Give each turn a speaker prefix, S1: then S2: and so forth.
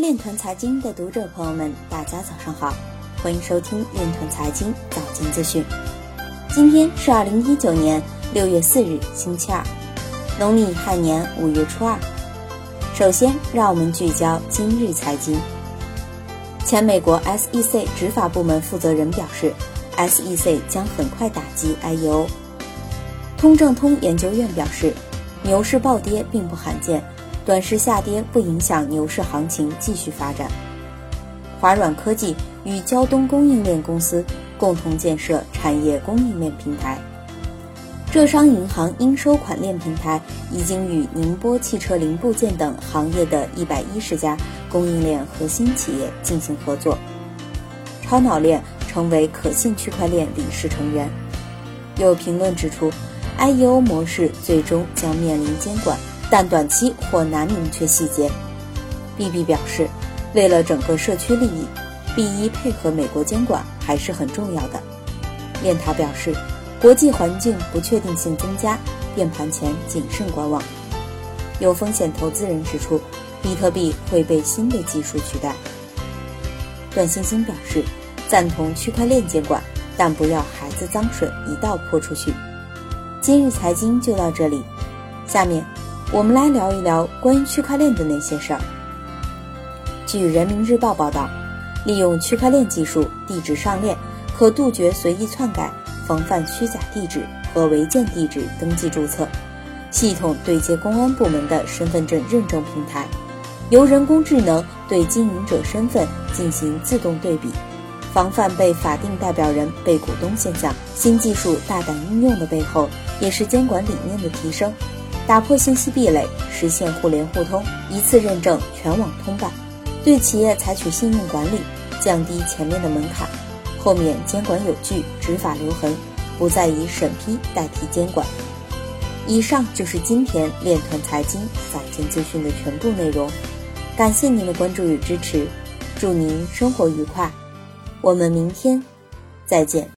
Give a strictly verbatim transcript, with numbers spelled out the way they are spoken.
S1: 链团财经的读者朋友们，大家早上好，欢迎收听链团财经早间资讯。今天是二零一九年六月四日，星期二，农历亥年五月初二。首先，让我们聚焦今日财经。前美国 S E C 执法部门负责人表示 ，S E C 将很快打击 I E O。通证通研究院表示，牛市暴跌并不罕见，短时下跌不影响牛市行情继续发展。华软科技与胶东供应链公司共同建设产业供应链平台。浙商银行应收款链平台已经与宁波汽车零部件等行业的一百一十家供应链核心企业进行合作。超脑链成为可信区块链理事成员。有评论指出 I E O 模式最终将面临监管，但短期或难明确细节。B B 表示，为了整个社区利益 ，B 一配合美国监管还是很重要的。链塔表示，国际环境不确定性增加，变盘前谨慎观望。有风险投资人指出，比特币会被新的技术取代。段星星表示，赞同区块链监管，但不要孩子脏水一道泼出去。今日财经就到这里，下面我们来聊一聊关于区块链的那些事儿。据人民日报报道，利用区块链技术，地址上链可杜绝随意篡改，防范虚假地址和违建地址登记注册，系统对接公安部门的身份证认证平台，由人工智能对经营者身份进行自动对比，防范被法定代表人被股东现象。新技术大胆应用的背后，也是监管理念的提升，打破信息壁垒，实现互联互通，一次认证全网通办，对企业采取信用管理，降低前面的门槛，后面监管有据，执法留痕，不再以审批代替监管。以上就是今天链团财经早间资讯的全部内容，感谢您的关注与支持，祝您生活愉快，我们明天再见。